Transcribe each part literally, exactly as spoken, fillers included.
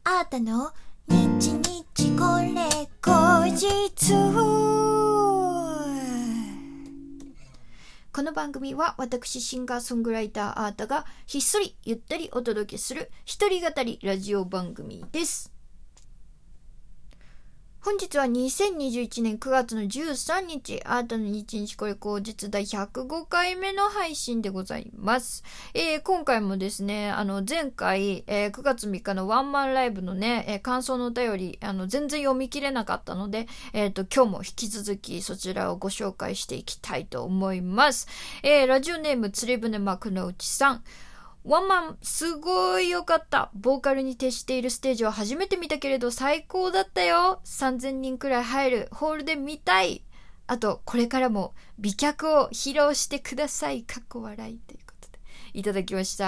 あーたの日日これ後日。この番組は私シンガーソングライターあーたがひっそりゆったりお届けする一人語りラジオ番組です。本日はにせんにじゅういちねんくがつのじゅうさんにち、あーたの日日これ後日第ひゃくごかいめの配信でございます。えー、今回もですね、あの前回、えー、くがつみっかのワンマンライブのね、えー、感想のお便り、あの全然読み切れなかったので、えーと、今日も引き続きそちらをご紹介していきたいと思います。えー、ラジオネームつりぶね幕の内さん。ワンマンすごい良かった。ボーカルに徹しているステージは初めて見たけれど最高だったよ。さんぜんにんくらい入るホールで見たい。あとこれからも美脚を披露してください。かっこ笑いということでいただきました。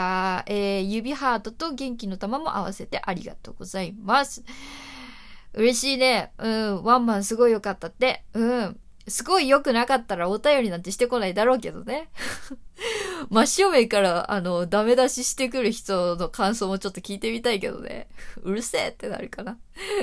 えー、指ハートと元気の玉も合わせてありがとうございます。嬉しいね。うん、ワンマンすごい良かったって。うん。すごい良くなかったらお便りなんてしてこないだろうけどね。真正面からあのダメ出ししてくる人の感想もちょっと聞いてみたいけどね。うるせえってなるかな。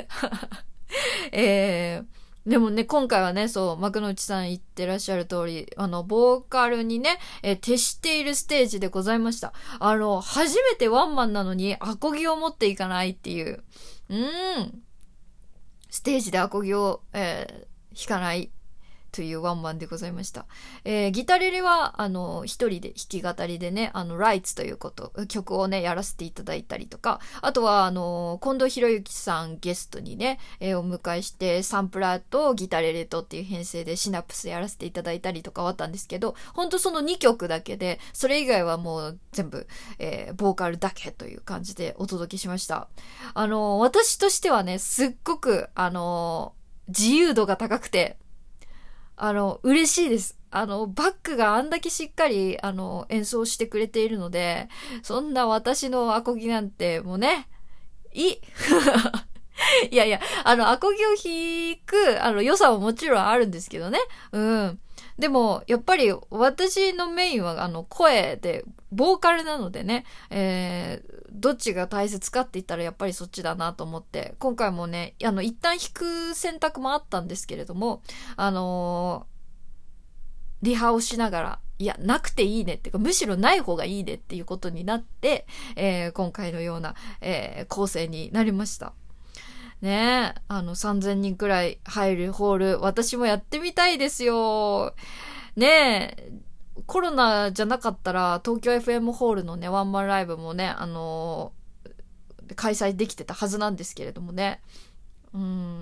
えー、でもね、今回はね、そう、幕の内さん言ってらっしゃる通り、あの、ボーカルにね、えー、徹しているステージでございました。あの、初めてワンマンなのにアコギを持っていかないっていう。うーん。ステージでアコギを、えー、弾かない。というワンマンでございました。えー、ギタレレはあの一人で弾き語りでね、あのライツということ曲をねやらせていただいたりとか、あとはあの近藤博之さんゲストにね、えー、お迎えしてサンプラーとギタレレとっていう編成でシナプスやらせていただいたりとかはあったんですけど、ほんとそのにきょくだけで、それ以外はもう全部、えー、ボーカルだけという感じでお届けしました。あの私としてはね、すっごくあの自由度が高くて。あの、嬉しいです。あの、バックがあんだけしっかり、あの、演奏してくれているので、そんな私のアコギなんて、もうね、いい。いやいや、あの、アコギを弾く、あの、良さはもちろんあるんですけどね。うん。でも、やっぱり、私のメインは、あの、声で、ボーカルなのでね、えー、どっちが大切かって言ったらやっぱりそっちだなと思って、今回もね、あの、一旦弾く選択もあったんですけれども、あのー、リハをしながら、いや、なくていいねっていうか、むしろない方がいいねっていうことになって、えー、今回のような、えー、構成になりました。ねえ、あの、さんぜんにんくらい入るホール、私もやってみたいですよ。ねえ、コロナじゃなかったら東京 エフエム ホールのねワンマンライブもね、あのー、開催できてたはずなんですけれどもね、うん、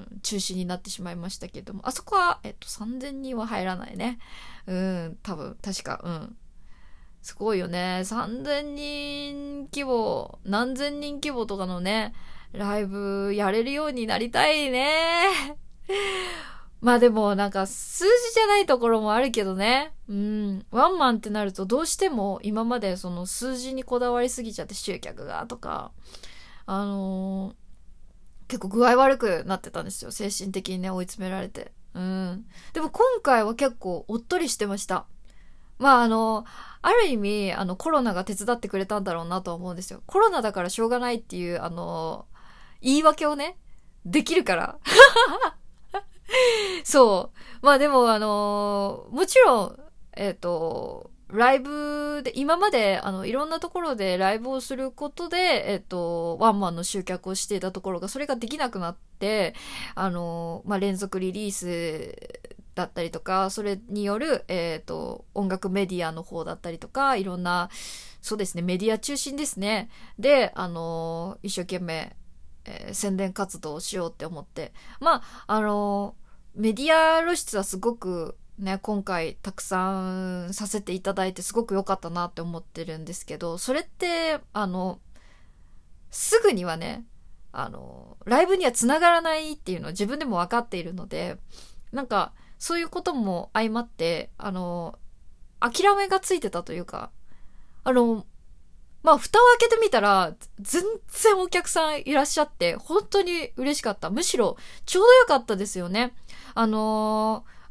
中止になってしまいましたけれども、あそこはえっとさんぜんにんは入らないね。うん、多分確か、うん、すごいよね。さんぜんにん規模、何千人規模とかのねライブやれるようになりたいね。まあでもなんか数字じゃないところもあるけどね。うん。ワンマンってなるとどうしても今までその数字にこだわりすぎちゃって集客がとか、あのー、結構具合悪くなってたんですよ。精神的にね追い詰められて。うん。でも今回は結構おっとりしてました。まああの、ある意味あのコロナが手伝ってくれたんだろうなとは思うんですよ。コロナだからしょうがないっていうあのー、言い訳をね、できるから。そう。まあでも、あのー、もちろん、えっと、ライブで、今まで、あの、いろんなところでライブをすることで、えっと、ワンマンの集客をしていたところが、それができなくなって、あのー、まあ連続リリースだったりとか、それによる、えっと、音楽メディアの方だったりとか、いろんな、そうですね、メディア中心ですね。で、あのー、一生懸命、えー、宣伝活動をしようって思って。まあ、あのー、メディア露出はすごくね、今回たくさんさせていただいてすごく良かったなって思ってるんですけど、それって、あの、すぐにはね、あの、ライブには繋がらないっていうのを自分でも分かっているので、なんか、そういうことも相まって、あの、諦めがついてたというか、あの、まあ、蓋を開けてみたら、全然お客さんいらっしゃって、本当に嬉しかった。むしろ、ちょうどよかったですよね。あのー、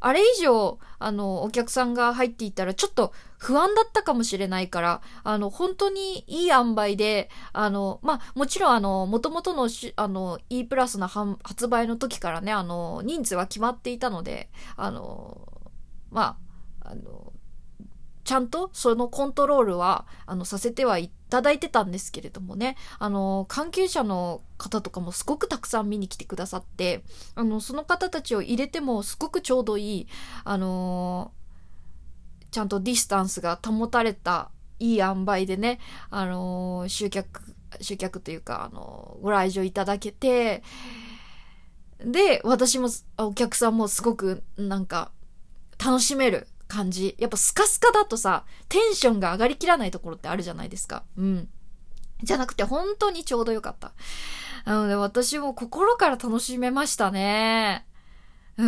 あれ以上、あの、お客さんが入っていったらちょっと不安だったかもしれないから、あの、本当にいい塩梅で、あの、まあ、もちろんあの、元々のし、あの、E プラスの発売の時からね、あの、人数は決まっていたので、あの、まあ、あの、ちゃんとそのコントロールは、あの、させてはいただいてたんですけれどもね、あの、関係者の方とかもすごくたくさん見に来てくださって、あの、その方たちを入れてもすごくちょうどいい、あの、ちゃんとディスタンスが保たれたいい塩梅でね、あの、集客、集客というか、あの、ご来場いただけて、で、私も、お客さんもすごくなんか、楽しめる感じ。やっぱスカスカだとさ、テンションが上がりきらないところってあるじゃないですか。うん。じゃなくて本当にちょうどよかった。なので私も心から楽しめましたね。うん。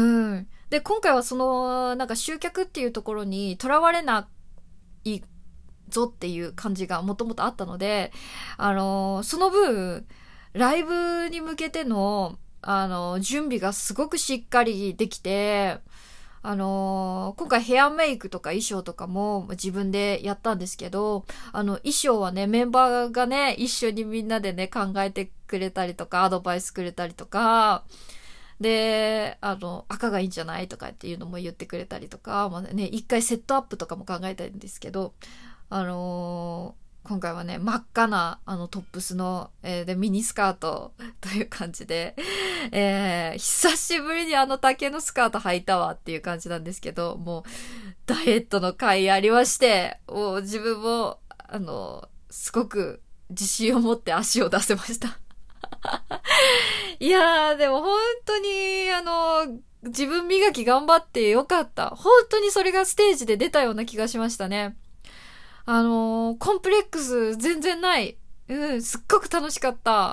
で、今回はその、なんか集客っていうところにとらわれないぞっていう感じがもともとあったので、あの、その分、ライブに向けての、あの、準備がすごくしっかりできて、あのー、今回ヘアメイクとか衣装とかも自分でやったんですけど、あの衣装はね、メンバーがね、一緒にみんなでね、考えてくれたりとか、アドバイスくれたりとか、で、あの、赤がいいんじゃないとかっていうのも言ってくれたりとか、まあね、一回セットアップとかも考えたんですけど、あのー、今回はね、真っ赤なあのトップスの、えー、でミニスカートという感じで、えー、久しぶりにあの丈のスカート履いたわっていう感じなんですけど、もうダイエットの回ありまして、もう自分もあのすごく自信を持って足を出せました。いやーでも本当にあの自分磨き頑張ってよかった。本当にそれがステージで出たような気がしましたね。あのー、コンプレックス全然ない。うん、すっごく楽しかった。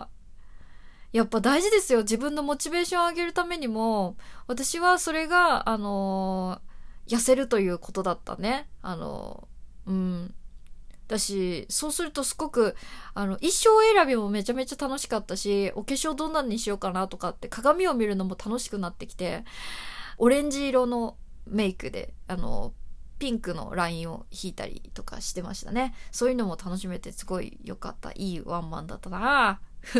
やっぱ大事ですよ。自分のモチベーションを上げるためにも、私はそれが、あのー、痩せるということだったね。あのー、うん。だし、そうするとすごく、あの、衣装選びもめちゃめちゃ楽しかったし、お化粧どんなにしようかなとかって鏡を見るのも楽しくなってきて、オレンジ色のメイクで、あのー、ピンクのラインを引いたりとかしてましたね。そういうのも楽しめてすごい良かった。いいワンマンだったな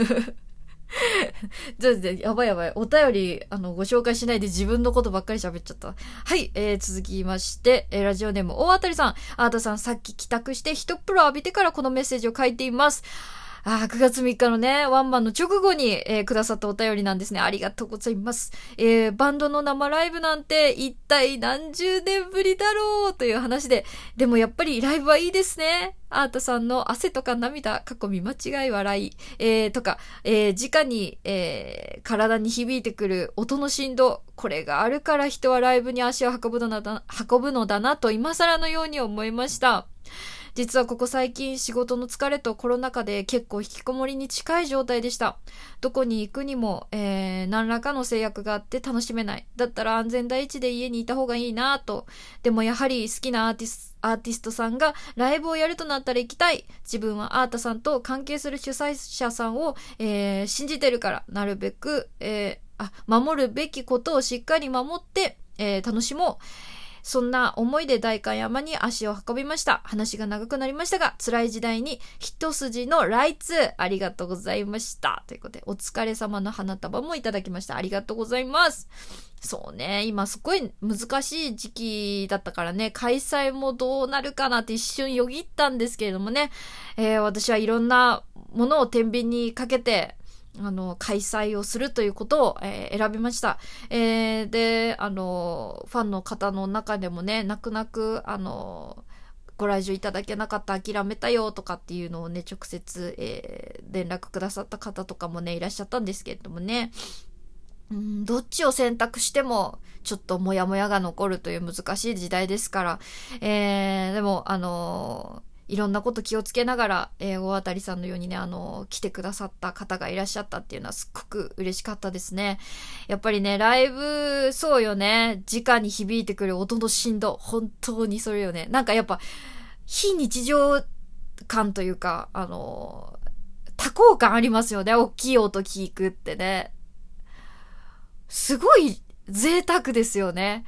ぁ。やばいやばい。お便り、あの、ご紹介しないで自分のことばっかり喋っちゃった。はい、えー、続きまして、えー、ラジオネーム大当たりさん。あーたさん、さっき帰宅して一風呂浴びてからこのメッセージを書いています。あ、くがつみっかのね、ワンマンの直後に、えー、くださったお便りなんですね。ありがとうございます。えー、バンドの生ライブなんて一体何十年ぶりだろうという話で、でもやっぱりライブはいいですね。アートさんの汗とか涙、過去見間違い笑い、えー、とか、えー、直に、えー、体に響いてくる音の振動、これがあるから人はライブに足を運ぶのだ、運ぶのだなと今更のように思いました。実はここ最近仕事の疲れとコロナ禍で結構引きこもりに近い状態でした。どこに行くにも、えー、何らかの制約があって楽しめない。だったら安全第一で家にいた方がいいなと。でもやはり好きなアーティスアーティストさんがライブをやるとなったら行きたい。自分はアータさんと関係する主催者さんを、えー、信じてるから、なるべく、えー、あ、守るべきことをしっかり守って、えー、楽しもう。そんな思いで代官山に足を運びました。話が長くなりましたが、辛い時代に一筋のライツありがとうございました。ということで、お疲れ様の花束もいただきました。ありがとうございます。そうね、今すごい難しい時期だったからね、開催もどうなるかなって一瞬よぎったんですけれどもね、えー、私はいろんなものを天秤にかけて、あの、開催をするということを、えー、選びました。えー、で、あの、ファンの方の中でもね、泣く泣く、あの、ご来場いただけなかった諦めたよとかっていうのをね、直接、えー、連絡くださった方とかもね、いらっしゃったんですけれどもね、うん、どっちを選択しても、ちょっとモヤモヤが残るという難しい時代ですから、えー、でも、あのいろんなこと気をつけながら、えー、大当たりさんのようにね、あの、来てくださった方がいらっしゃったっていうのはすっごく嬉しかったですね。やっぱりね、ライブ、そうよね、直に響いてくる音の振動、本当にそれよね。なんかやっぱ、非日常感というか、あの、多幸感ありますよね、大きい音聞くってね。すごい贅沢ですよね。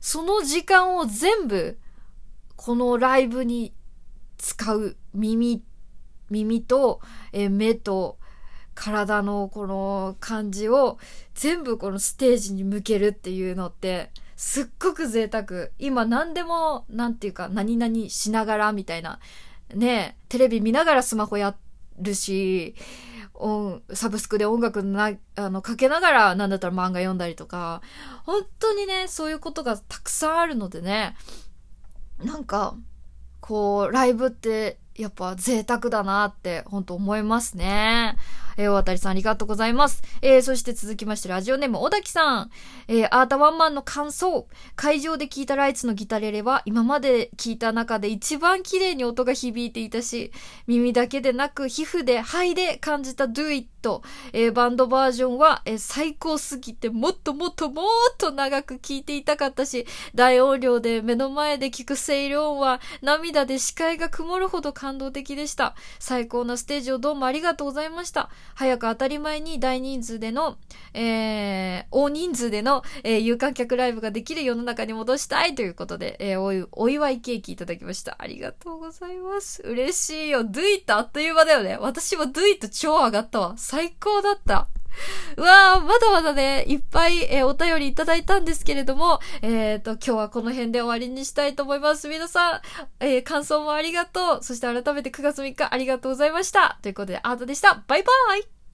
その時間を全部このライブに使う。耳耳と、えー、目と体のこの感じを全部このステージに向けるっていうのってすっごく贅沢。今何でもなんていうか何々しながらみたいなね、テレビ見ながらスマホやるし、音サブスクで音楽なあのかけながらなんだったら漫画読んだりとか、本当にねそういうことがたくさんあるのでね、なんかこうライブってやっぱ贅沢だなって本当思いますね。えー、大当たりさんありがとうございます。えー、そして続きましてラジオネーム小滝さん。えー、アータワンマンの感想。会場で聴いたライツのギタレレは今まで聴いた中で一番綺麗に音が響いていたし、耳だけでなく皮膚で肺で感じた Do It。えー、バンドバージョンは、えー、最高すぎてもっともっともっと長く聴いていたかったし、大音量で目の前で聴くセイル音は涙で視界が曇るほど感動的でした。最高なステージをどうもありがとうございました。早く当たり前に大人数での、えー、大人数での、えー、有観客ライブができる世の中に戻したいということで、えー、お, いお祝いケーキいただきました。ありがとうございます。嬉しいよ。Do It あっという間だよね。私も Do It 超上がったわ。最高だった。うわー、まだまだね、いっぱい、えー、お便りいただいたんですけれども、えーと、今日はこの辺で終わりにしたいと思います。皆さん、えー、感想もありがとう。そして改めてくがつみっかありがとうございました。ということで、アートでした。バイバイ。